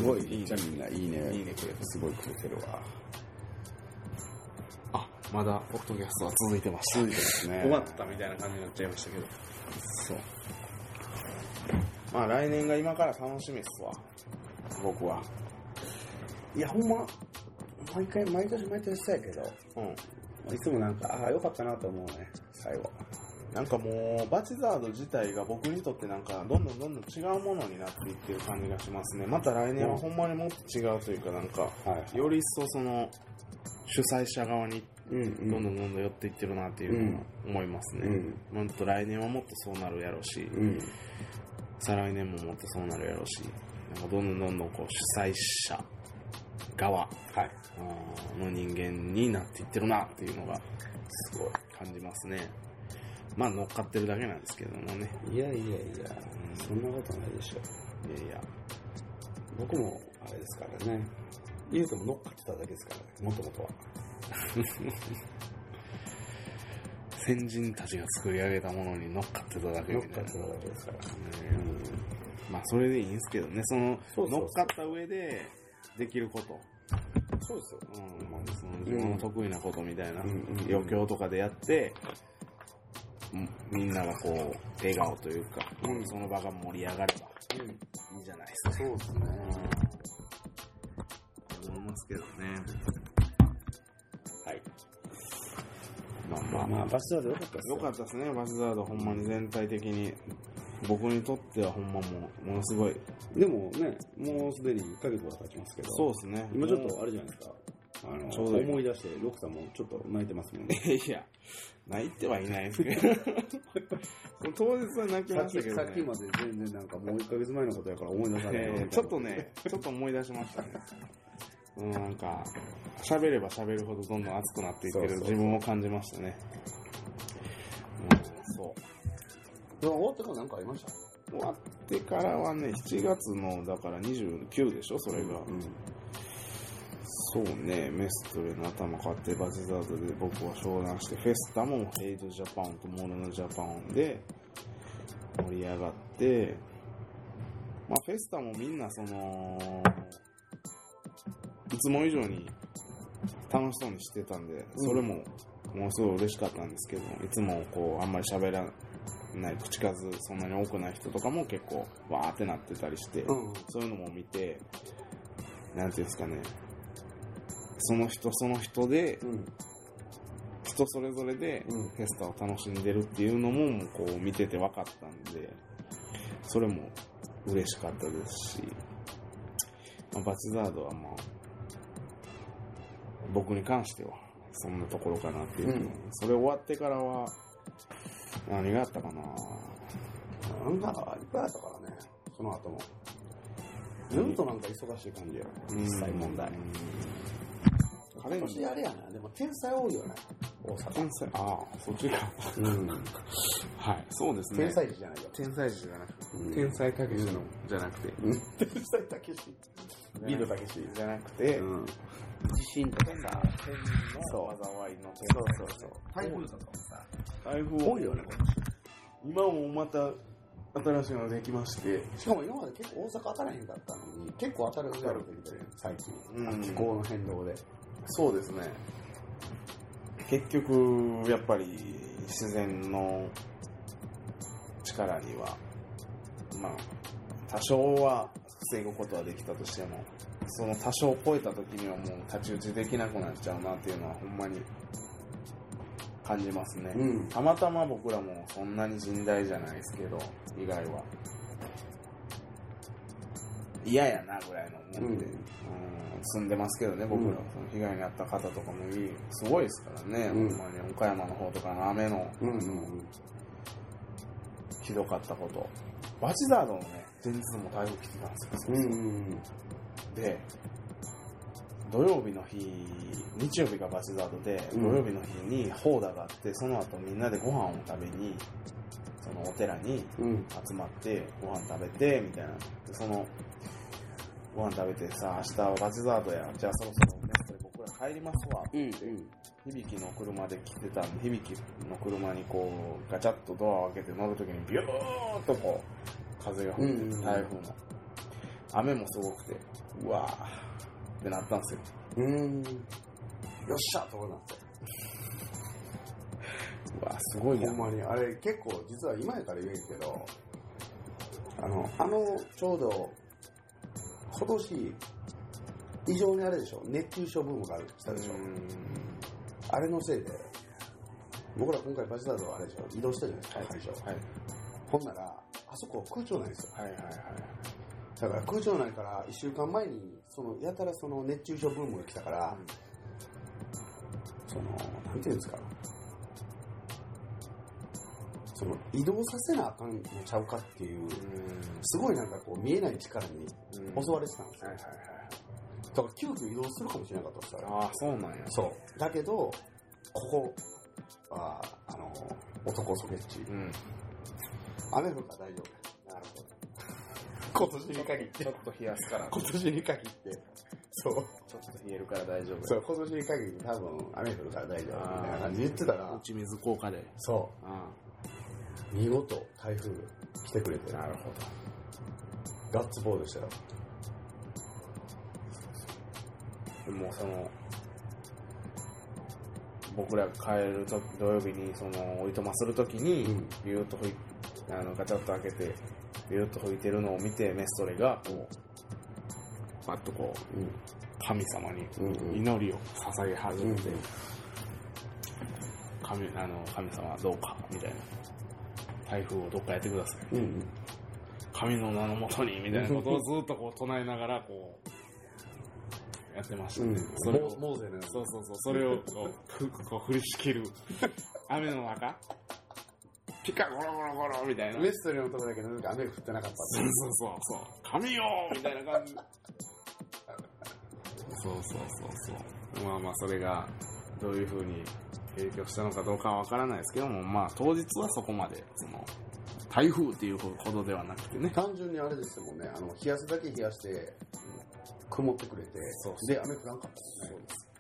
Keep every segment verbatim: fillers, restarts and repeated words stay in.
ごいいいじゃん、みんないいねいいねくれてすごいくれてるわ。 あ、まだポッドキャストは続いてました。 続いてますね。 終わったみたいな感じになっちゃいましたけど。 そう。まあ来年が今から楽しみっすわ。僕は。いやほんま毎回毎年毎年そうやけど、うん。いつもなんかああ良かったなと思うね最後。 なんかもうバチザード自体が僕にとってなんかどんどんどんどん違うものになっていってる感じがしますね。また来年はほんまにもっと違うというかなんか、 はい、 より一層その主催者側にうんうん、 どんどんどんどん寄っていってるなっていうのは思いますね。うん、もっと来年はもっとそうなるやろうし、うん、再来年ももっとそうなるやろうし、なんかどんどんどんどんこう主催者側、はい、の人間になっていってるなっていうのがすごい感じますね。まあ乗っかってるだけなんですけどもね。 いやいやいや、うん、そんなことないでしょ。いやいや、僕もあれですからね。言うても乗っかってただけですからね、もともとは。 先人たちが作り上げたものに乗っかってただけみたいな。乗っかってただけですからね。うん、まあそれでいいんですけどね、そのそうそうそう乗っかった上でできること。 そうですよ。 うん、まあ、その自分の得意なことみたいな、うん、余興とかでやって、みんながこう笑顔というか、うん、その場が盛り上がれば、うん、いいじゃないですか。 そうですね。 思いますけどね。 はい。 まあまあまあバチザード良かったですよ。良かったですね。バチザードほんまに全体的に僕にとってはほんまもうものすごい。 でもね、もうすでにいっかげつは経ちますけど。 そうですね。 今ちょっとあれじゃないですか。あのちょうど思い出してロクさんもちょっと泣いてますもんね。 いや。泣いてはいないですけど当日は泣きましたけどね。 さっきまで全然なんかもういっかげつまえのことやから思い出さない、えー、ちょっとねちょっと思い出しましたね。うん、なんか喋れば喋るほどどんどん熱くなっていってる自分を感じましたね。 うん、そうでも終わってから何かありました？ 終わってからはねしちがつのだからにじゅうくでしょそれが、うんうん、そうね、メストレの頭買ってバチザードで僕は商談して、フェスタもヘイドジャパンとモルノジャパンで盛り上がって、まあフェスタもみんなその、いつも以上に楽しそうにしてたんで、それもものすごい嬉しかったんですけど、いつもこうあんまり喋らない口数そんなに多くない人とかも結構わーってなってたりして、うん、そういうのも見て、なんていうんですかね、その人その人で、うん、人それぞれでフェスタを楽しんでるっていうのもこう見てて分かったんで、それも嬉しかったですし、まあ、バチザードはまあ僕に関してはそんなところかなっていう、うん、それ終わってからは何があったかな、 なんかいっぱいあったからね、その後もずっとなんか忙しい感じよ、実際問題。今年あれやな、でも天才多いよね、大阪。 天才、ああ、そっちか。うん。はい、そうですね。 天才児じゃないよ。 天才児じゃなくて、うん、天才たけしの、じゃなくて、 うん、天才たけし、ビートたけしじゃなくて、うん、 地震とかさ、天の災いの天才。そうそうそう。台風とかもさ、 台風多いよね、 今もまた新しいのできまして、 しかも今まで結構大阪当たらへんかったのに、結構当たるようになってきてる、最近、うん、気候の変動で。 そうですね。結局やっぱり自然の力にはまあ多少は防ぐことはできたとしても、その多少を超えた時にはもう太刀打ちできなくなっちゃうなっていうのはほんまに感じますね、うん、たまたま僕らもそんなに甚大じゃないですけど、意外は嫌やなぐらいのもんで、うん住んでますけどね、僕ら、うん、その被害に遭った方とかもいいすごいですからね、うん、ほんまに岡山の方とかの雨の、うんうんうん、ひどかったこと、バチザードのね前日も台風来てたんですよ、そうそう、うんうん、で土曜日の日、日曜日がバチザードで、うん、土曜日の日にホーダがあって、その後みんなでご飯を食べにそのお寺に集まってご飯食べてみたいな、でそのご飯食べてさ、明日はバチザードや、じゃあそろそろメストレ僕ら帰りますわって、うんうん、響の車で来てたんで、響の車にこうガチャッとドアを開けて乗るときにビューッとこう風が吹いてて、台風の雨もすごくて、うわーってなったんですよ。 うーん。よっしゃとかなって。 うわーすごいな。 ほんまに、あれ結構、実は今やから言えんけど、あの、あの、ちょうど、今年、異常にあれでしょ、熱中症ブームがある来たでしょ。あれのせいで、僕ら今回バチダードはあれでしょ、移動したじゃないですか、会場。はい。ほんなら、あそこ空調ないんですよ。はいはいはい。だから空調ないからいっしゅうかんまえにそのやたらその熱中症ブームが来たから、うん、そのなんていうんですか、その移動させなあかんのちゃうかっていう、うん、すごいなんかこう見えない力に襲われてたんですよ。はいはいはい。だから急遽移動するかもしれなかったですから。 ああ、そうなんや。 そう。だけどここはあの男ソケッチ、うん、雨降るから大丈夫。なるほど。今年に限ってちょっと冷やすから今年に限ってそうちょっと冷えるから大丈夫。 そう今年に限り多分雨降るから大丈夫みたいな感じで言ってたら打ち水効果でそうああ見事台風来てくれてなるほどガッツポーズしたよ。 でもその僕らが帰ると土曜日にそのおいとまするときに、うん、ビューッと吹いあのガチャッと開けてビューッと吹いてるのを見てメストレがこうパッとこう、うん、神様に祈りを捧げ始めて、うんうん、神, あの神様はどうかみたいな台風をどっかやってください、うんうん、神の名のもとにみたいなことをずっとこう唱えながらこうやってましたね、うん、 それをモーゼのそうそうそうそれをこうこう降りしきる雨の中ピカゴロゴロゴロみたいなメストレのとこだけなんか雨降ってなかったそうそうそうそう神よみたいな感じそうそうそうそうまあまあそれがどういう風に影響したのかどうかはわからないですけどもまあ当日はそこまでその台風っていうほどではなくてね単純にあれですもんねあの冷やすだけ冷やして曇ってくれてそうそうで雨降らんかったですね。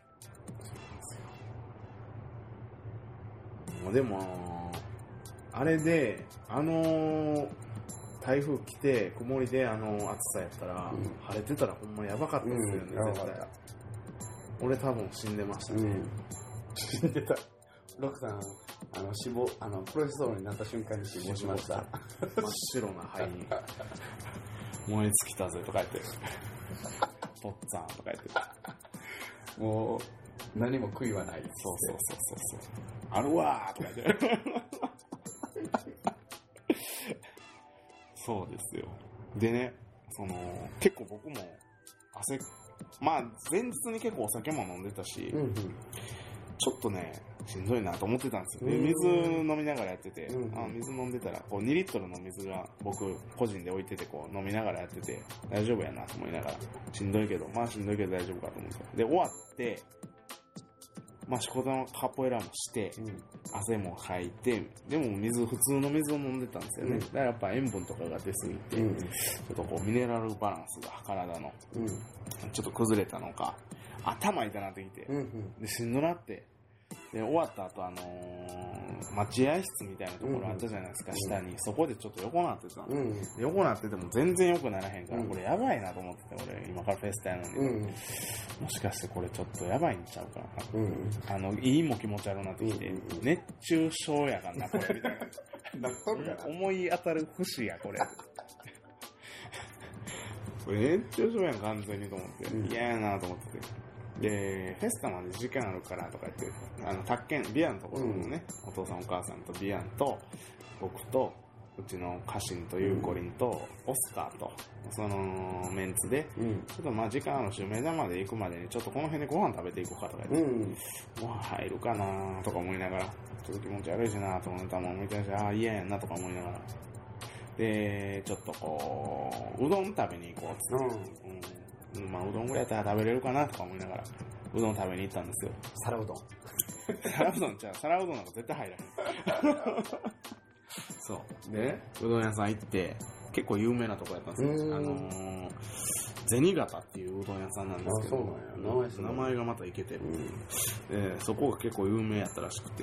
そうですでもあれで、あのー、台風来て、曇りであのー、暑さやったら、うん、晴れてたらほんまやばかったですよね、うん、絶対。俺多分死んでましたね。うん、 死んでた。ロクさん、あの、死亡、あの、プロレス道路になった瞬間に死亡しました。 真っ白な灰に、燃え尽きたぜとか言って、ポッツァンとか言って。 もう、何も悔いはない。そうそうそうそうそう。あるわーとか言って。そうですよ。でね、その結構僕も汗、まあ前日に結構お酒も飲んでたし、うんうん、ちょっとねしんどいなと思ってたんですよ。で水飲みながらやってて、うんうん、あ水飲んでたらこうにリットルの水が僕個人で置いててこう飲みながらやってて大丈夫やなと思いながらしんどいけどまあしんどいけど大丈夫かと思ってで終わって。まあ、仕事のカポエラもして、うん、汗もかいて、でも水、普通の水を飲んでたんですよね。うん、だからやっぱ塩分とかが出すぎて、うん、ちょっとこうミネラルバランスが体の、うん、ちょっと崩れたのか、頭痛なってきて、うんうん、で、しんどなって、で、終わった後、あのー、待合室みたいなところあったじゃないですか、うんうん、下に。そこでちょっと横なってたんですよ、うん、横なってても全然良くならへんから、うん、これやばいなと思ってて、俺、今からフェスタやのに。うんもしかしてこれちょっとやばいんちゃうかな、うん、あのいいも気持ち悪くなってきて、うん、熱中症やかなこれみたいな思い当たる節やこれこれ熱中症やん完全にと思って嫌、うん、やなと思っててでフェスタまで時間あるからとか言ってあの宅建ビアのところのね、うん、お父さんお母さんとビアンと僕とうちの家臣とユーコリンとオスカーとそのメンツで、うん、ちょっとまあ時間あるし梅田まで行くまでにちょっとこの辺でご飯食べていこうかとか言って、うん、ご飯入るかなとか思いながらちょっと気持ち悪いしなと思ったもん見てるしああ嫌やなとか思いながらでちょっとこううどん食べに行こうっつって、うんうん、まあうどんぐらいやったら食べれるかなとか思いながらうどん食べに行ったんですよ。 皿うどん皿うどんちゃう皿うどんなんか絶対入らへんそうでうどん屋さん行って結構有名なとこやったんですよ。あのー、銭形っていううどん屋さんなんですけど名前がまたイケてる、うん、でそこが結構有名やったらしくて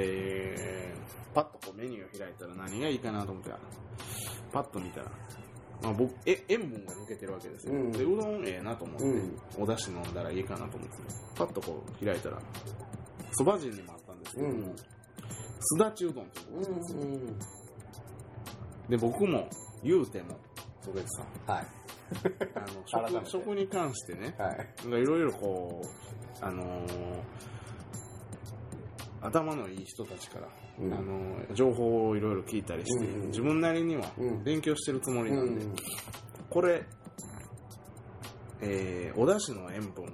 でパッとこうメニューを開いたら何がいいかなと思ってパッと見たらまあ、僕え塩分が抜けてるわけですよ、うん、でうどんええなと思って、うん、お出汁飲んだらいいかなと思ってパッとこう開いたらそば陣にもあったんですけども、うん、すだちうどんっていうことですよ、うんうん、で僕も言うても曽根さん、はい、あの 食, 食に関してね、はい、いろいろこうあのー、頭のいい人たちから、うん、あのー、情報をいろいろ聞いたりして、うんうん、自分なりには勉強してるつもりなんで、うんうん、これ、えー、お出汁の塩分、はい、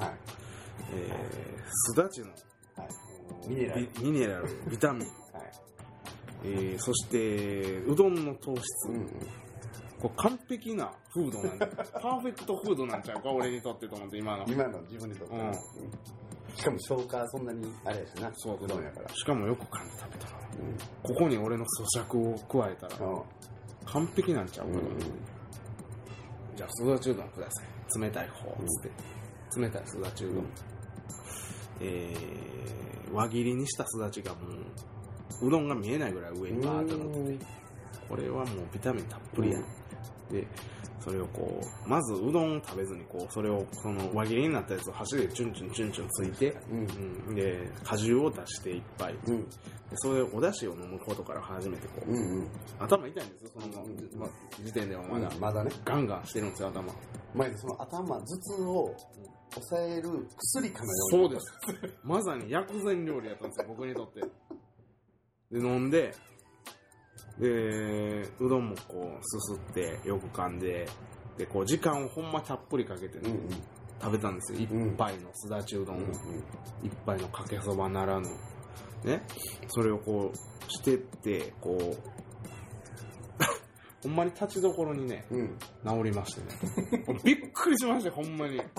えー、すだちの、はい、ミネラル、ミネラル、ビタミン、はい、えー、そしてうどんの糖質、うんうん、これ完璧なフードなんだパーフェクトフードなんちゃうか俺にとってと思って今の今の自分にとって、うん、しかも消化そんなにあれやしなそううどんやからしかもよく噛んで食べたら、うん、ここに俺の咀嚼を加えたら、うん、完璧なんちゃうかと思って、うん、じゃあすだちうどんください冷たい方つって、うん、冷たいすだちうどん、うん、えー、輪切りにしたすだちがもううどんが見えないぐらい上にバーッと乗っててこれはもうビタミンたっぷりやん、うん、でそれをこうまずうどんを食べずにこうそれをその輪切りになったやつを箸でチュンチュンチュンチュンついて、うんうん、で果汁を出していっぱい、うん、でそれをお出汁を飲むことから初めてこう、うんうん、頭痛いんですよその、まあ、時点ではまだ、うん、まだねガンガンしてるんですよ頭前でその頭頭痛を抑える薬かのようなそうですまさに薬膳料理やったんですよ僕にとってで飲んででうどんもこうすすってよく噛んででこう時間をほんまたっぷりかけて、ねうんうん、食べたんですよ一杯のすだちうどんを、うんうん、一杯のかけそばならぬねそれをこうしてってこうほんまに立ちどころにね、うん、治りましてねびっくりしましたほんまに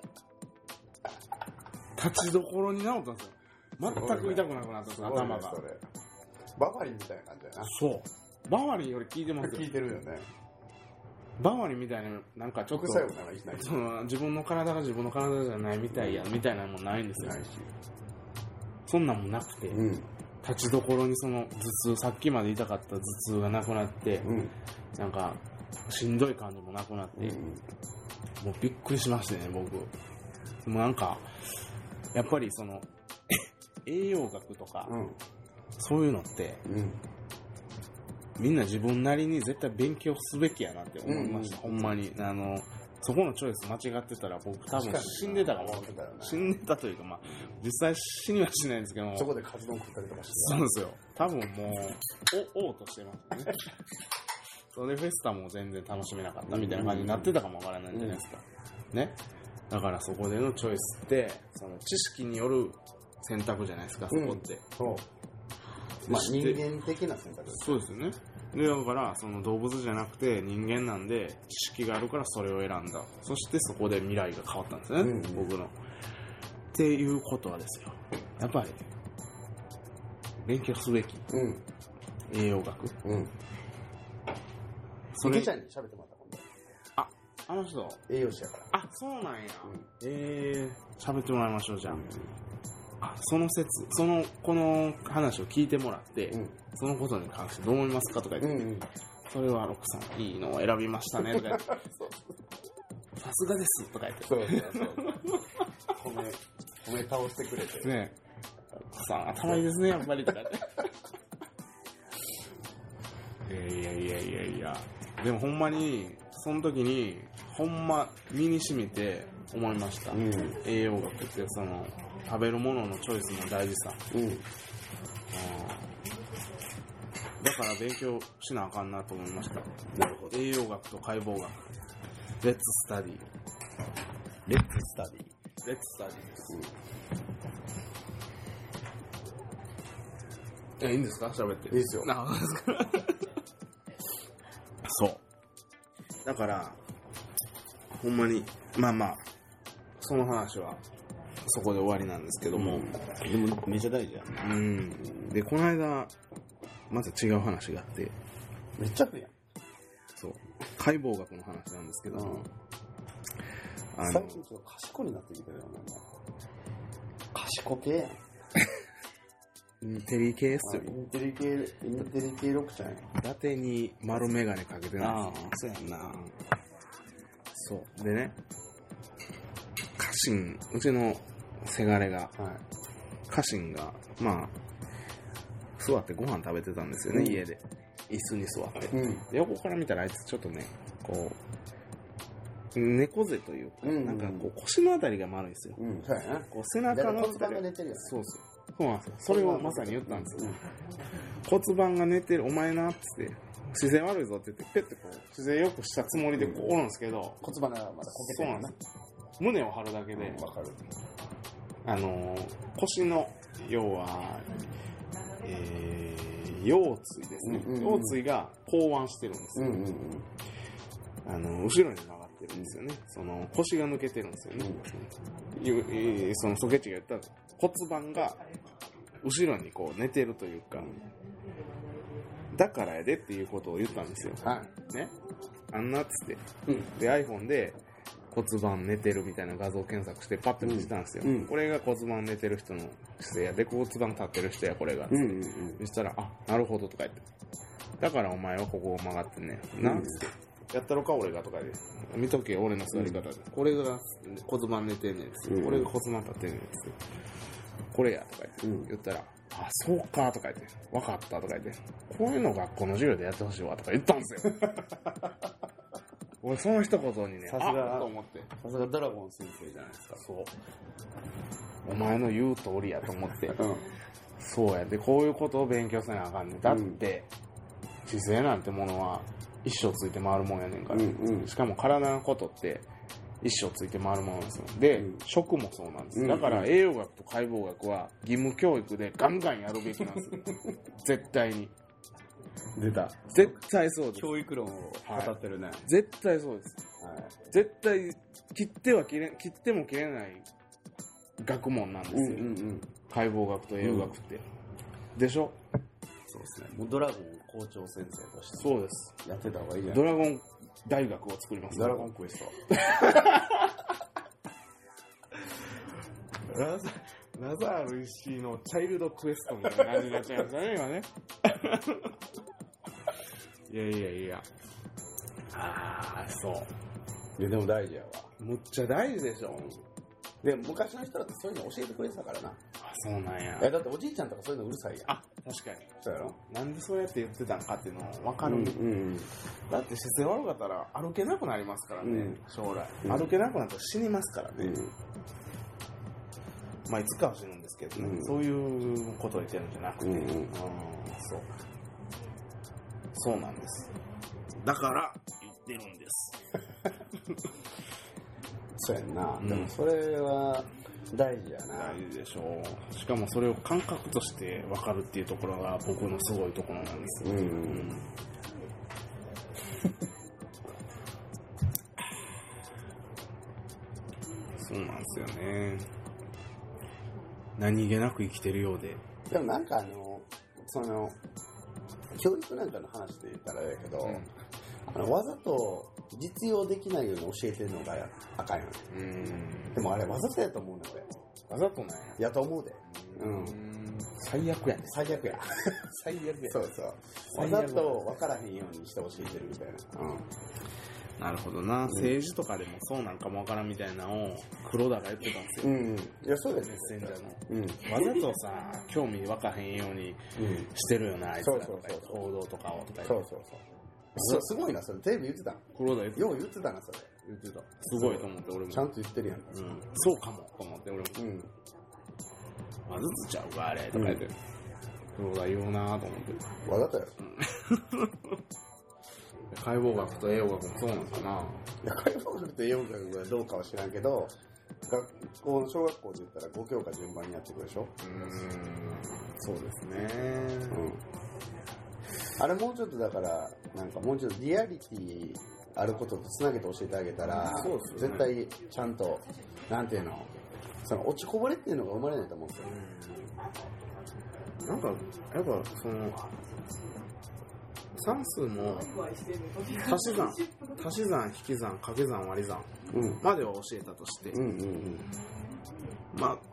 立ちどころに治ったんですよ全く痛くなくなったんですよ頭がバファリンみたいな感じだなそうバファリンより効いてますよ効いてるよねバファリンみたいななんかちょっとその自分の体が自分の体じゃないみたいやみたいなのもないんですよないしそんなんもなくて、うん、立ちどころにその頭痛さっきまで痛かった頭痛がなくなって、うん、なんかしんどい感じもなくなって、うん、もうびっくりしましてね僕でもなんかやっぱりその栄養学とか、うんそういうのって、うん、みんな自分なりに絶対勉強すべきやなって思いました、うんうん、ほんまにあのそこのチョイス間違ってたら僕多分死んでたかも、ね、死んでたというかまあ実際死にはしないんですけどそこでカツ丼食ったりとかしてそうですよ多分もうおおうとしてますねそれでフェスタも全然楽しめなかったみたいな感じになってたかもわからないんじゃないですか、うん、ねだからそこでのチョイスってその知識による選択じゃないですかそこって、うん、そうまあ、人間的な選択です。 そうですよね。でだからその動物じゃなくて人間なんで知識があるからそれを選んだ。そしてそこで未来が変わったんですね、うんうん、僕の。っていうことはですよ。やっぱり勉強すべき、うん、栄養学。うん。 それ。池ちゃんに喋ってもらった今度。 あ、あの人。 栄養士やから。 あ、そうなんや。うん、えー、喋ってもらいましょうじゃあ。うんその説そのこの話を聞いてもらって、うん、そのことに関してどう思いますかとか言って、うんうん、それはロックさんいいのを選びましたねとか言ってさすがですとか言ってそうそうそう褒め褒め倒してくれてねロックさん頭いいですねやっぱりとか言っていやいやいやいやいやでもほんまにその時にほんま身に染みて思いました、うん、栄養学ってその食べるもののチョイスの大事さ、うん、だから勉強しなあかんなと思いましたなるほど栄養学と解剖学レッツスタディレッツスタディレッツスタディです、うん、えいいんですか喋っていいですよあそうだからほんまにまあまあその話はそこで終わりなんですけども、 うん、でもめちゃ大事やん、 うん、でこの間また違う話があってめっちゃくやんそう解剖学の話なんですけど、うん、 あの最近ちょっと賢になってきてるよね賢系やんインテリ系っすよ。 インテリ系、インテリ系ロックちゃんや。 伊達に丸メガネかけてない。 そうやんな。 そう。でね、家臣、うちのせがれが、 はい、 家臣が、まあ、座ってご飯食べてたんですよね、うん、家で。椅子に座って、うん。横から見たらあいつちょっとね、こう、猫背というか、うんうん、なんかこう腰のあたりが丸いんですよ。 うん、そうやな。 こう背中のあたりが。そうそう。そうなんですよ。それをまさに言ったんですよ。うん、骨盤が寝てる、お前なって言って、姿勢悪いぞって言って、ペッてこう、姿勢よくしたつもりでこうおるんですけど、 骨盤がまだこけてる。 そうなんです。胸を張るだけで、 わ、うん、かる。 あのー、腰の、要は、えー、腰椎ですね。うんうんうん、腰椎が後腕してるんですよ。うんうんうん、あの、後ろに曲がってるんですよね。その、腰が抜けてるんですよね。うん、えー、そのソケッチが言った骨盤が後ろにこう寝てるというか、だからやでっていうことを言ったんですよ。 はい。 ね。あんなっつって。うん、で、iPhone で骨盤寝てるみたいな画像検索してパッと見てたんですよ。うん、これが骨盤寝てる人の姿勢やで、骨盤立ってる人や、これが。うんうんうん、そしたら、あ、なるほどとか言って。だからお前はここを曲がってんねん。なんつって。やったろか俺がとかで。見とけ俺の座り方で。うん、これが骨盤寝てんねんつって。うん、これが骨盤立ってんねんつって。これやとか言って。言ったら、あ、そうかとか言って。わかったとか言って。こういうの学校の授業でやってほしいわとか言ったんですよ。俺その一言にね、 さすがと思って。 さすがドラゴン先生じゃないですか。 そう。お前の言う通りやと思って。うん、そうやで、こういうことを勉強せなあかんねん。だって、うん、姿勢なんてものは一生ついて回るもんやねんから。うんうん、しかも体のことって一生ついて回るものなんですよ。で、うん、食もそうなんです。だから栄養学と解剖学は義務教育でガンガンやるべきなんですよ。絶対に。 出た。 絶対そうです。 教育論を語ってるね。はい、 絶対そうです。はい、絶対切っては切れ、切っても切れない学問なんですよ。うんうんうん、解剖学と栄養学って。うん、でしょ？ そうですね。もうドラゴン校長先生として。 そうです。 やってた方がいいじゃない。 ドラゴン大学を作ります。 ドラゴンクエスト。 ラザラザール石井のチャイルドクエストみたいな感じになっちゃいましたね、今ね。いやいやいや。ああ、そう。 いや、でも大事やわ。 むっちゃ大事でしょ。 で、昔の人だってそういうの教えてくれてたからな。 あ、そうなんや。 え、だっておじいちゃんとかそういうのうるさいやん。 あ、確かに。 そうやろ。 なんでそうやって言ってたんかっていうの分かる。うんうん、だって姿勢悪かったら歩けなくなりますからね、うん、将来、うん。歩けなくなったら死にますからね。うん、まあいつかは死ぬんですけどね、うん、そういうことを言ってるんじゃなくて、うんうん、そう。そうなんです。だから言ってるんです。 そうやんな、うん。でもそれは大事やな。 大事でしょう。しかもそれを感覚として分かるっていうところが僕のすごいところなんですよ。うんうん、そうなんですよね。何気なく生きてるようで。 でもなんかあのその教育なんかの話で言ったらあれだけど、うん、あのわざと実用できないように教えてるのがあかんよね。うん。でもあれわざとやと思うねん俺。 わざとなんや。 やと思うで。うん。 最悪やね。 最悪や。 最悪や。 そうそう。わざと分からへんようにして教えてるみたいな。うん。 なるほどな、うん、政治とかでもそうなんかもわからんみたいなのを黒田が言ってたんですよ。うん、いやそうですメッセンジャーの、うん、わざとさ興味わかへんようにしてるよな、うん、あいつらとか報道とかをとかそうそうそうそうすごいなそれテレビ言ってた黒田言ってたよう言ってたなそれ言ってたすごいと思って俺もちゃんと言ってるやん、うん、 そうかもと思って俺も、うん、わずつちゃうかあれとか言って、うん、黒田言うなと思ってわざとやろ、うん解剖学と栄養学もそうなんかな。 いや解剖学と栄養学がどうかは知らんけど、学校の小学校で言ったらご教科順番にやっていくでしょ。うーん、 そうですね。 うん。あれもうちょっとだからなんかもうちょっとリアリティあることとつなげて教えてあげたら、そうですよね、絶対ちゃんとなんていうの、その落ちこぼれっていうのが生まれないと思うんですよ。 うん、なんかやっぱその。算数も足し算、足し算、引き算、掛け算、割り算までは教えたとして、うんうんうん、まあ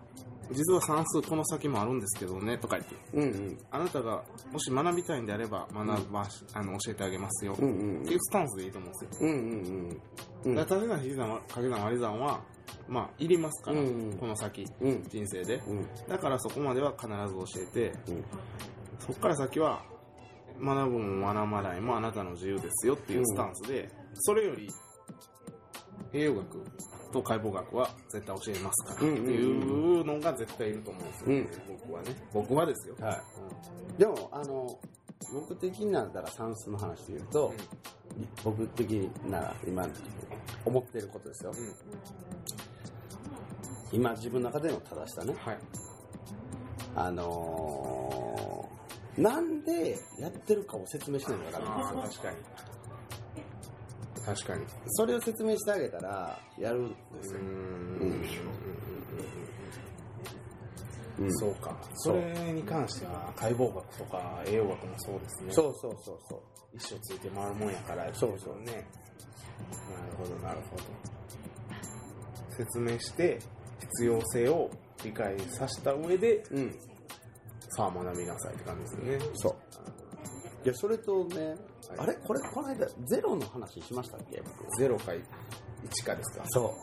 実は算数この先もあるんですけどねとか言って、 うんうん、 あなたがもし学びたいんであれば学ば、うん、あの教えてあげますよ、うんうんうん、っていうスタンスでいいと思うんですよ。うんうんうん、だから縦算引き算掛け算割り算はまあいりますから、うんうん、この先、うん、人生で、うん、だからそこまでは必ず教えて、うん、そこから先は学ぶも学ばないもあなたの自由ですよっていうスタンスで、うん、それより栄養学と解剖学は絶対教えますからっていうのが絶対いると思うんですよ、ね、うん、僕はね。僕はですよ。はい。 うん、でもあの僕的になったら算数の話で言うと、うん、僕的なら今思っていることですよ。うん、今自分の中での正しさね。はい。あのー、なんでやってるかを説明しないとわからないんですよ。 確かに。確かに。 それを説明してあげたらやるんですよ。うーん、 うん、そうか。それに関しては解剖学とか栄養学もそうですね。 そうそうそうそう。 一生ついて回るもんやから。 そうそうね。 なるほどなるほど。説明して必要性を理解させた上で、うん、さあ学びなさいって感じですよね。 そう。いやそれとね、はい、あれこれこの間ゼロの話しましたっけ？ ゼロかいちかですか？ そう。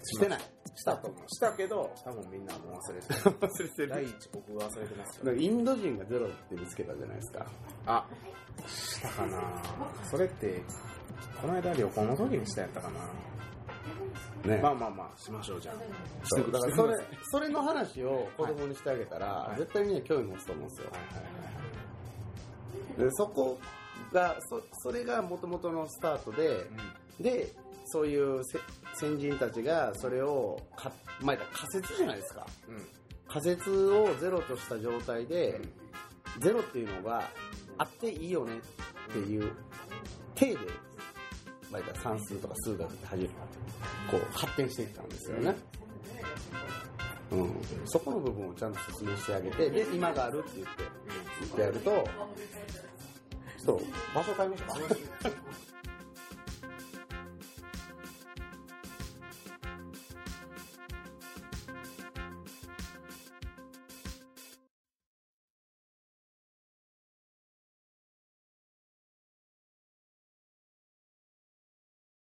してない。 したと思う。したけど多分みんなもう忘れてる。 忘れてる。 第一僕が忘れてますから。 インド人がゼロって見つけたじゃないですか。 あ、したかな。それってこの間旅行の時にしたやったかな。ね、まあまあまあしましょうじゃん。 そうだからそれそれの話を子供にしてあげたら、はい、絶対みんな興味持つと思うんですよ。はいはいはいはい、でそこが そ, それが元々のスタートで、うん、でそういう先人たちがそれをか、まあ、仮説じゃないですか、うん、仮説をゼロとした状態で、うん、ゼロっていうのがあっていいよねっていう体で、まあ、算数とか数学って始めこう発展していったんですよね、うん、そこの部分をちゃんと説明してあげて、で今があるって言って言ってやると、ちょっと場所変えましょうか